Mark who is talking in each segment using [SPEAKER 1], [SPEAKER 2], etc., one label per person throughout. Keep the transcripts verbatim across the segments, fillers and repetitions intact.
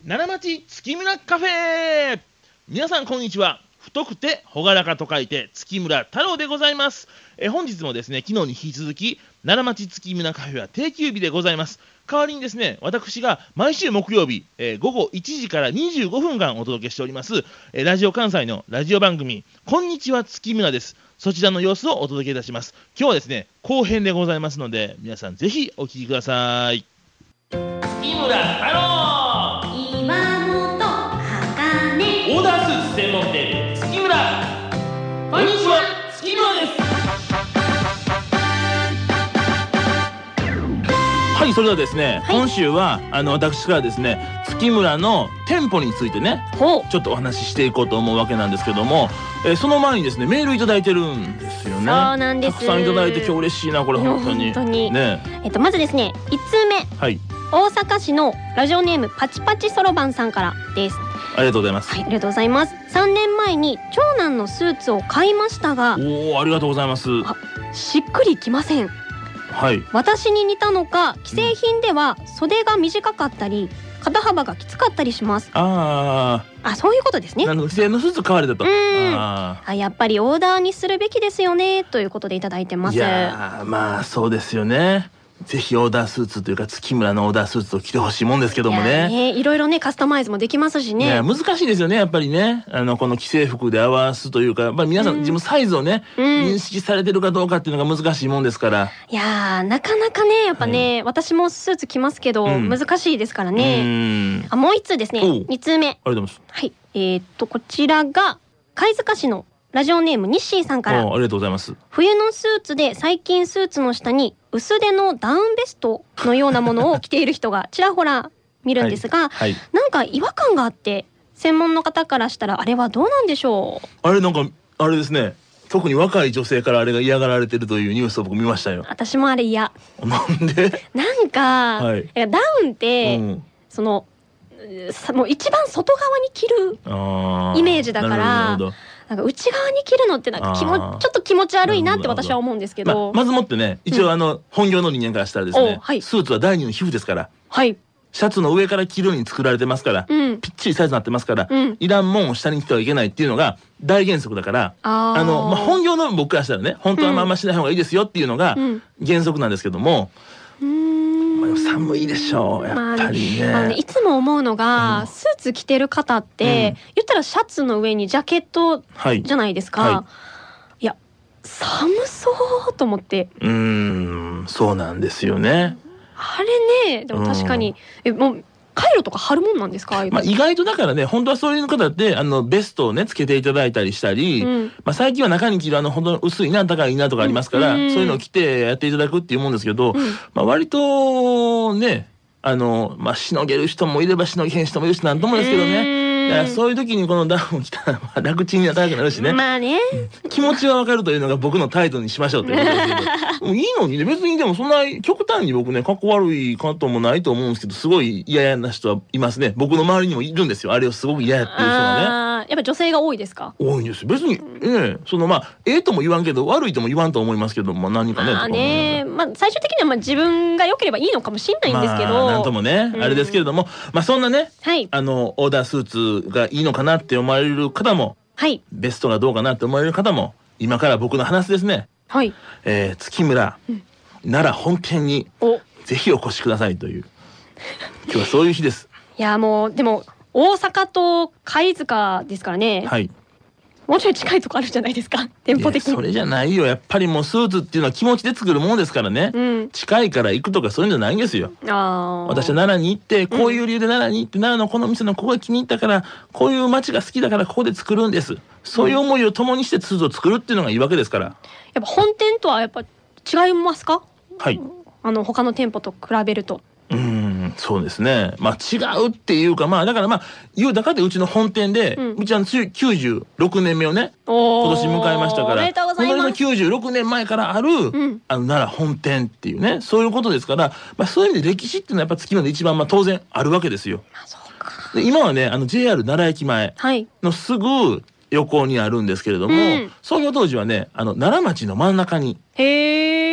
[SPEAKER 1] 奈良町月村カフェ。皆さんこんにちは。太くて朗らかと書いて月村太郎でございます。え本日もですね、昨日に引き続き奈良町月村カフェは定休日でございます。代わりにですね、私が毎週木曜日、えー、午後いちじからにじゅうごふんかんお届けしております、えー、ラジオ関西のラジオ番組こんにちは月村です。そちらの様子をお届けいたします。今日はですね、後編でございますので、皆さんぜひお聞きください。月村太郎
[SPEAKER 2] 岩本茜
[SPEAKER 1] オーダースーツ専門店月村。こんにちは、月村です。はい、それではですね、はい、今週はあの私からですね、月村の店舗についてね、ちょっとお話ししていこうと思うわけなんですけども、えー、その前にですね、メールいただいてるんですよね。
[SPEAKER 2] そうなんです。
[SPEAKER 1] たくさんいただいて今日嬉しいな、これ本当に。
[SPEAKER 2] 本当に
[SPEAKER 1] ね。
[SPEAKER 2] えっとまずですね、いちつうめ、はい、大阪市のラジオネームパチパチそろばんさんからです。
[SPEAKER 1] ありがとうございます。
[SPEAKER 2] はい、ありがとうございます。さんねんまえに長男のスーツを買いましたが、
[SPEAKER 1] おお、ありがとうございます。
[SPEAKER 2] あ、しっくりきません。
[SPEAKER 1] はい、
[SPEAKER 2] 私に似たのか、既製品では袖が短かったり肩幅がきつかったりします。
[SPEAKER 1] あ
[SPEAKER 2] あ、そういうことですね。
[SPEAKER 1] なるほど、既製のスーツ買われたと。
[SPEAKER 2] ああ、やっぱりオーダーにするべきですよねということでいただいてます。
[SPEAKER 1] いやー、まあそうですよね。ぜひオーダースーツというか月村のオーダースーツを着てほしいもんですけどもね。
[SPEAKER 2] い, ねいろいろねカスタマイズもできますしね。
[SPEAKER 1] 難しいですよね、やっぱりね。あのこの既製服で合わすというか、やっぱり皆さん自分サイズをね、うん、認識されてるかどうかっていうのが難しいもんですから。
[SPEAKER 2] いやー、なかなかね、やっぱね、はい、私もスーツ着ますけど、うん、難しいですからね。うんあもう一通ですね。につうめ。あり
[SPEAKER 1] がとうございます。
[SPEAKER 2] はい、えー、っとこちらが貝塚市のラジオネームニッシーさんから。
[SPEAKER 1] ありがとうございます。
[SPEAKER 2] 冬のスーツで最近スーツの下に薄手のダウンベストのようなものを着ている人がちらほら見るんですが、はいはい、なんか違和感があって、専門の方からしたらあれはどうなんでしょう。
[SPEAKER 1] あれなんかあれですね、特に若い女性からあれが嫌がられてるというニュースを僕見ましたよ。
[SPEAKER 2] 私もあれ嫌。
[SPEAKER 1] なんで
[SPEAKER 2] なんか、はい、ダウンって、うん、そのもう一番外側に着るイメージだから、なんか内側に着るのってなんか気もちょっと気持ち悪いなって私は思うんですけど、
[SPEAKER 1] ま, まずもってね、一応あの、うん、本業の人間からしたらですね、はい、スーツは第二の皮膚ですから、はい、シャツの上から着るように作られてますから、うん、ぴっちりサイズになってますから、うん、いらんもんを下に着てはいけないっていうのが大原則だから、ああの、まあ、本業の僕からしたらね、本当はまああんましない方がいいですよっていうのが原則なんですけども、うん、まあ、寒いでしょう、やっぱりね。まあね、
[SPEAKER 2] いつも思うのが、うん、スーツ着てる方って、うん、言ったらシャツの上にジャケットじゃないですか、はいはい、いや寒そうと思って。
[SPEAKER 1] うーん、そうなんですよね。
[SPEAKER 2] あれね、でも確かに、うん、えもうカイロとか貼るもんなんですか？
[SPEAKER 1] まあ意外とだからね、本当はそういう方ってあのベストをねつけていただいたりしたり、うん、まあ最近は中に着るあのほんと薄いな高いなとかありますから、うん、そういうのを着てやっていただくっていうもんですけど、うん、まあ割とね、あのまあしのげる人もいればしのげへん人もいるしなんともですけどね。いやそういう時にこのダウンを着たら楽ちんに高くなるしね。
[SPEAKER 2] まあね、
[SPEAKER 1] 気持ちはわかるというのが僕の態度にしましょうということですけど、いいのにね、別にでもそんな極端に僕ねかっこ悪いこともないと思うんですけど、すごい嫌な人はいますね。僕の周りにもいるんですよ。あれをすごく嫌やっていう人がね。
[SPEAKER 2] やっぱ女性が多いですか？
[SPEAKER 1] 多いんです。別にええ、そのまあええとも言わんけど悪いとも言わんと思いますけど、まあ何かね。
[SPEAKER 2] まあね、まあ最終的にはまあ自分が良ければいいのかもしれないんですけど、
[SPEAKER 1] なんともねあれですけれども、まあそんなね、あのオーダースーツがいいのかなって思われる方も、はい、ベストがどうかなって思われる方も、今から僕の話ですね、はい、えー、月村、うん、奈良本店にぜひお越しくださいという今日はそういう日です。
[SPEAKER 2] いやもうでも大阪と貝塚ですからね、はい、もうちょい近いとこあるじゃないですか、店舗的に。
[SPEAKER 1] それじゃないよ、やっぱりもうスーツっていうのは気持ちで作るものですからね、うん、近いから行くとかそういうんじゃないんですよ。あ、私は奈良に行ってこういう理由で奈良に行って、うん、奈良のこの店のここが気に入ったからこういう街が好きだからここで作るんです、そういう思いを共にしてスーツを作るっていうのがいいわけですから。
[SPEAKER 2] やっぱ本店とはやっぱ違いますか？
[SPEAKER 1] はい、
[SPEAKER 2] あの他の店舗と比べると。
[SPEAKER 1] うーん、そうですね。まあ違うっていうか、まあだからまあ言うだかでうちの本店で、うん、うちはきゅうじゅうろくねんめをね今年迎えましたから、本当にきゅうじゅうろくねんまえからある、うん、あの奈良本店っていうね、そういうことですから、まあそういう意味で歴史っていうのはやっぱ月村で一番まあ当然あるわけですよ。あ、そうか。で今はね、あの ジェイアール 奈良駅前のすぐ横にあるんですけれども、うん、創業当時はね、あの奈良町の真ん中に。
[SPEAKER 2] へー、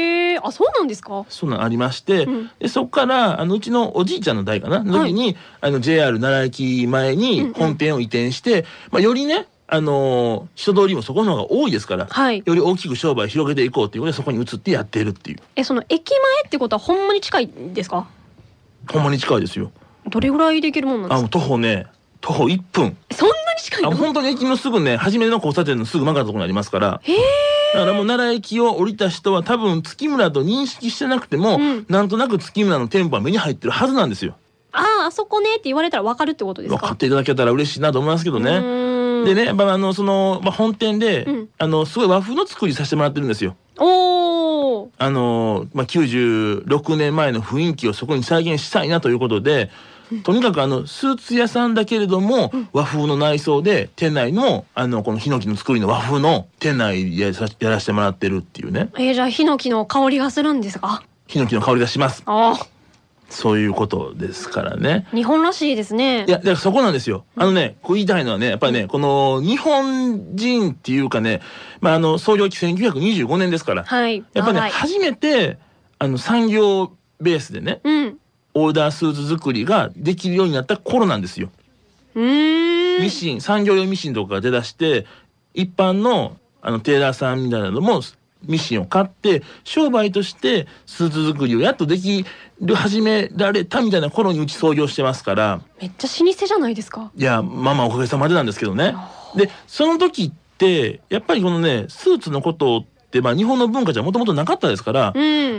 [SPEAKER 2] あ、そうなんですか。
[SPEAKER 1] そうなんありまして、うん、でそこからあのうちのおじいちゃんの代かなの時に、はい、あの ジェイアール 奈良駅前に本店を移転して、うんうん、まあ、よりねあのー、人通りもそこの方が多いですから、はい、より大きく商売広げていこうということでそこに移ってやっているっていう。
[SPEAKER 2] え、その駅前ってことはほんまに近いんですか？
[SPEAKER 1] ほんまに近いですよ。
[SPEAKER 2] どれぐらいで行けるもんなんですか？
[SPEAKER 1] あ、徒歩ね徒歩いっぷん。
[SPEAKER 2] そんなに近いの？
[SPEAKER 1] あ、本当に駅のすぐね初めの交差点のすぐ曲がったところにありますから。へー。だからもう奈良駅を降りた人は多分月村と認識してなくても、うん、なんとなく月村の店舗は目に入ってるはずなんですよ。
[SPEAKER 2] ああ、あそこねって言われたら分かるってことですか？
[SPEAKER 1] 分かっていただけたら嬉しいなと思いますけどね。でね、やっぱあのその、まあ、本店で、うん、あのすごい和風の作りさせてもらってるんですよ。おー。あの、まあ、きゅうじゅうろくねんまえの雰囲気をそこに再現したいなということで、うん、とにかくあのスーツ屋さんだけれども、うん、和風の内装で店内のあのこのヒノキの作りの和風の店内で や, やらせてもらってるっていうね。
[SPEAKER 2] えー、じゃあヒノキの香りがするんですか？
[SPEAKER 1] ヒノキの香りがします。ああ。そういうことですからね。
[SPEAKER 2] 日本らしいですね。
[SPEAKER 1] いや、だからそこなんですよ。あのね、こう言いたいのはね、やっぱりね、この日本人っていうかね、まああの創業期せんきゅうひゃくにじゅうごねんですから、はい、やっぱりね、初めてあの産業ベースでね、うん、オーダースーツ作りができるようになった頃なんですよ。うーん。ミシン、産業用ミシンとかが出だして、一般のあのテーラーさんみたいなのもミシンを買って商売としてスーツ作りをやっとできる始められたみたいな頃にうち創業してますから。
[SPEAKER 2] めっちゃ老舗じゃないですか。
[SPEAKER 1] いや、まあまあおかげさまでなんですけどね。でその時ってやっぱりこのねスーツのことってまあ日本の文化じゃもともとなかったですから、うん、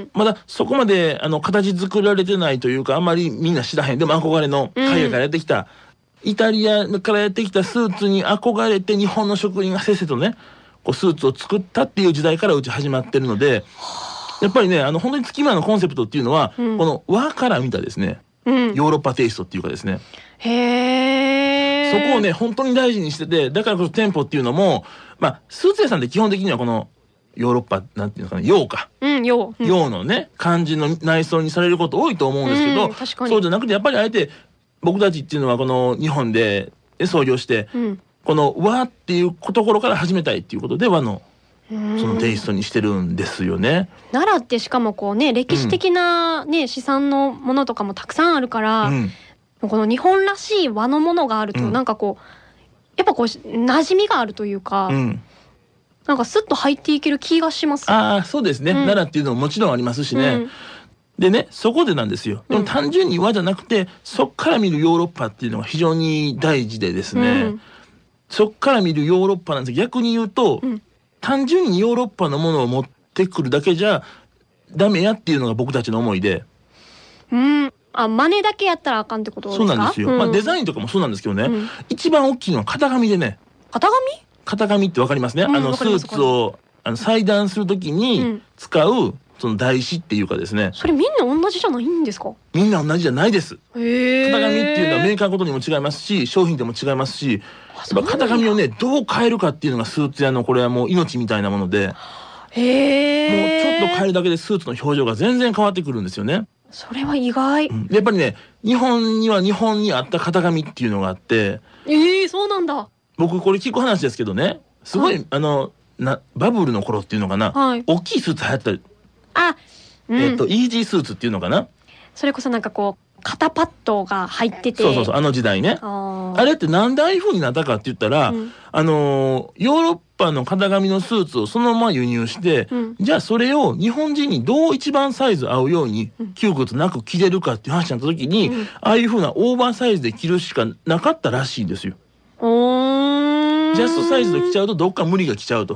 [SPEAKER 1] まだそこまであの形作られてないというかあんまりみんな知らへん。でも憧れの海外からやってきた、うん、イタリアからやってきたスーツに憧れて日本の職人がせっせとねこうスーツを作ったっていう時代からうち始まってるので、やっぱりねあの本当に月村のコンセプトっていうのは、うん、この和から見たですね、うん、ヨーロッパテイストっていうかですね、へー、そこをね本当に大事にしてて、だからこそ店舗っていうのもまあスーツ屋さんって基本的にはこのヨーロッパなんていうのかな洋か、うん、洋、うん、洋のね感じの内装にされること多いと思うんですけど、うん、確かにそうじゃなくてやっぱりあえて僕たちっていうのはこの日本で創業して、うん、この和っていうところから始めたいっていうことで和のそのテイストにしてるんですよね。
[SPEAKER 2] 奈良ってしかもこうね歴史的なね、うん、資産のものとかもたくさんあるから、うん、この日本らしい和のものがあると、うん、なんかこうやっぱこう馴染みがあるというか、うん、なんかスッと入っていける気がします。
[SPEAKER 1] ああそうですね、うん、奈良っていうのももちろんありますしね、うん、でねそこでなんですよ。でも単純に和じゃなくてそっから見るヨーロッパっていうのが非常に大事でですね、うん、そっから見るヨーロッパなんです。逆に言うと、うん、単純にヨーロッパのものを持ってくるだけじゃダメやっていうのが僕たちの思いで。
[SPEAKER 2] うん、あ、真似だけやったらあかんってことですか？
[SPEAKER 1] そうなんですよ、うん、まあデザインとかもそうなんですけどね、うん、一番大きいのは型紙でね。
[SPEAKER 2] 型紙？
[SPEAKER 1] 型紙ってわかりますね、うん、あのスーツをあの裁断するときに使うその台紙っていうかですね、
[SPEAKER 2] それみんな同じじゃないんですか？
[SPEAKER 1] みんな同じじゃないです。へー。型紙っていうのはメーカーごとにも違いますし商品でも違いますし、やっぱ型紙をねどう変えるかっていうのがスーツ屋のこれはもう命みたいなもので、へー、もうちょっと変えるだけでスーツの表情が全然変わってくるんですよね。
[SPEAKER 2] それは意外、うん、
[SPEAKER 1] やっぱりね日本には日本にあった型紙っていうのがあって、
[SPEAKER 2] えー、そうなんだ。
[SPEAKER 1] 僕これ聞く話ですけどねすごい、はい、あのなバブルの頃っていうのかな、はい、大きいスーツ流行ったり、あ、うん、えっとイージースーツっていうのかな、
[SPEAKER 2] それこそなんかこう肩パッドが入ってて、
[SPEAKER 1] そうそうそう、あの時代ね。 あ, あれってなんでああいう風になったかって言ったら、うん、あのヨーロッパの型紙のスーツをそのまま輸入して、うん、じゃあそれを日本人にどう一番サイズ合うように窮屈なく着れるかっていう話になった時に、うん、ああいう風なオーバーサイズで着るしかなかったらしいんですよ。ジャストサイズで着ちゃうとどっか無理が来ちゃうと。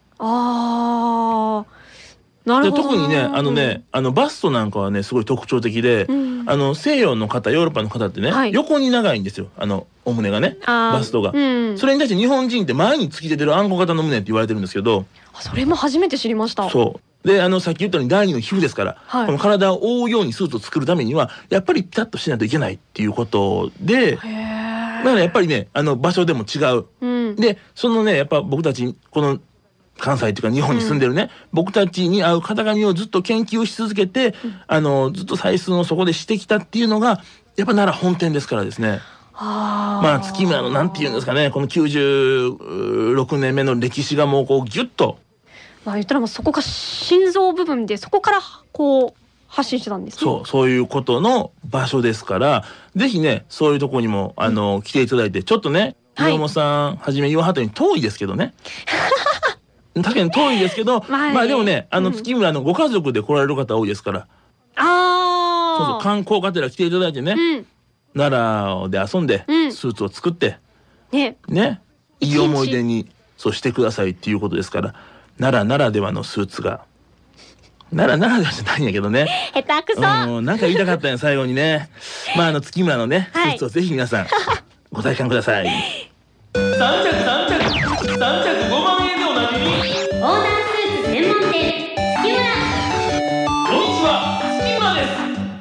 [SPEAKER 1] あー、なるほど。で特にねあのね、うん、あのバストなんかはねすごい特徴的で、うん、あの西洋の方ヨーロッパの方ってね、はい、横に長いんですよ、あのお胸がね、バストが、うん、それに対して日本人って前に突き出てるあんこ型の胸って言われてるんですけど、
[SPEAKER 2] それも初めて知りました。
[SPEAKER 1] そうで、あのさっき言ったように第二の皮膚ですから、はい、この体を覆うようにスーツを作るためにはやっぱりピタッとしないといけないっていうことで、だからやっぱりねあの場所でも違う、うん、でそのねやっぱ僕たちこの関西というか日本に住んでるね、うん、僕たちに合う型紙をずっと研究し続けて、うん、あのずっと採寸をそこでしてきたっていうのがやっぱ奈良本店ですからですね。あまあ月村のなんていうんですかね、このきゅうじゅうろくねんめの歴史がもうこうギュッと
[SPEAKER 2] まあ言ったらもうそこが心臓部分で、そこからこう発信してたんですね。
[SPEAKER 1] そう、そういうことの場所ですから、ぜひね、そういうところにもあの、うん、来ていただいて、ちょっとね、岩本さんはじめ岩畑に遠いですけどね。確かに遠いですけど、まあ、まあでもね、あの月村のご家族で来られる方多いですから。
[SPEAKER 2] ああ。
[SPEAKER 1] そうそう、観光がてら来ていただいてね、うん、奈良で遊んで、うん、スーツを作って、ね、ね、いい思い出にそうしてくださいっていうことですから、奈良ならではのスーツが。奈良ならではじゃないんやけどね。
[SPEAKER 2] 下手くそ。
[SPEAKER 1] うん、なんか言いたかったんや最後にね。まああの月村のね、スーツをぜひ皆さんご体感ください。三着三着三着五万円でおなじみ。
[SPEAKER 2] オーダースーツ専門店月村。
[SPEAKER 1] こんにちは、月村です。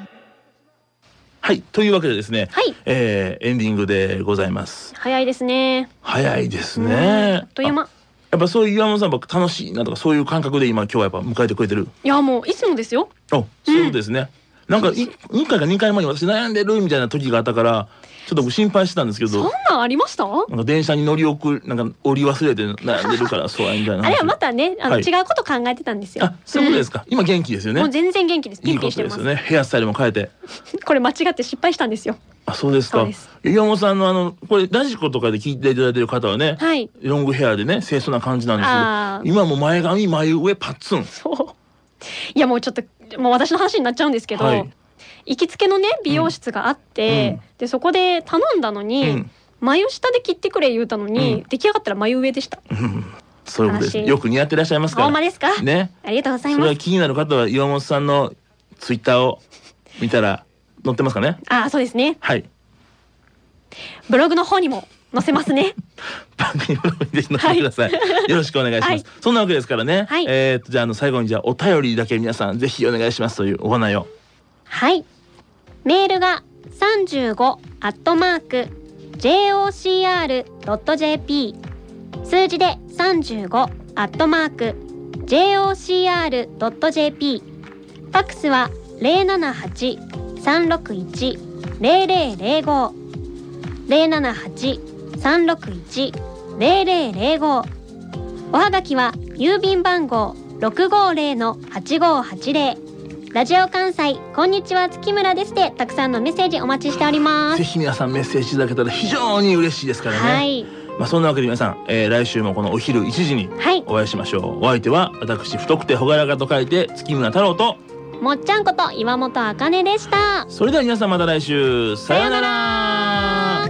[SPEAKER 1] はい、というわけでですね、はい、えー、エンディングでございます。
[SPEAKER 2] 早いですね。
[SPEAKER 1] 早いですね。
[SPEAKER 2] あっという間。
[SPEAKER 1] やっぱそういう岩本さん、楽しいなとかそういう感覚で今今日はやっぱ迎えてくれてる。
[SPEAKER 2] いやもういつもですよ。
[SPEAKER 1] あ、そういうことですね。うん、なんかいっかいかにかいまえに私悩んでるみたいな時があったから、ちょっと僕心配してたんですけど。
[SPEAKER 2] そんなんありました？
[SPEAKER 1] なんか電車に乗り遅なんか降り忘れて悩んでるからそうやみたいな。
[SPEAKER 2] あれはまたね、あの、はい、違うこと考えてたんですよ。
[SPEAKER 1] あ、そういうことですか。うん、今元気ですよね。
[SPEAKER 2] もう全然元気です。
[SPEAKER 1] いいことですよね。ヘアスタイルも変えて。
[SPEAKER 2] これ間違って失敗したんですよ。
[SPEAKER 1] あ、そうですか。岩本さんのあのこれラジコとかで聞いていただいてる方はね、はい、ロングヘアでね清楚な感じなんですけど、今も前髪眉上パッツン。
[SPEAKER 2] そう。いやもうちょっともう私の話になっちゃうんですけど、はい、行きつけのね美容室があって、うん、でそこで頼んだのに、うん、眉下で切ってくれ言うたのに、うん、出来上がったら眉上でした。
[SPEAKER 1] そういうことです。よく似合ってらっしゃいますから。
[SPEAKER 2] ほんまですか。
[SPEAKER 1] ね。
[SPEAKER 2] ありがとうございます。
[SPEAKER 1] それは気になる方は岩本さんのツイッターを見たら載ってますかね。
[SPEAKER 2] あ、そうですね。
[SPEAKER 1] はい。
[SPEAKER 2] ブログの方にも載せますね。
[SPEAKER 1] 番組ブログにぜひ載せてください。はい、よろしくお願いします。はい、そんなわけですからね。はい、えっとじゃああの最後にじゃあお便りだけ皆さんぜひお願いしますというお話を。
[SPEAKER 2] はい。メールがさんじゅうごアットマーク ジェイオーシーアールドットジェーピー 数字でさんじゅうごアットマーク ジェイオーシーアールドットジェーピー ファックスはゼロななはちさんろくいちゼロゼロゼロご ゼロななはちさんろくいちゼロゼロゼロご。おはがきは郵便番号 ろくごゼロのはちごはちゼロ。ラジオ関西こんにちは月村ですでたくさんのメッセージお待ちしております。
[SPEAKER 1] ぜひ皆さんメッセージいただけたら非常に嬉しいですからね。はい。まあそんなわけで皆さん、えー、来週もこのお昼いちじにお会いしましょう。はい、お相手は私太くて朗らかと書いて月村太郎と
[SPEAKER 2] もっちゃんこと岩本茜でした。
[SPEAKER 1] それでは皆さんまた来週さようなら。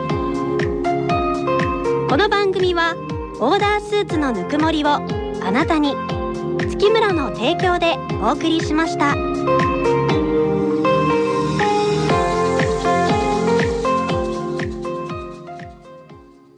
[SPEAKER 2] この番組はオーダースーツのぬくもりをあなたに月村の提供でお送りしました。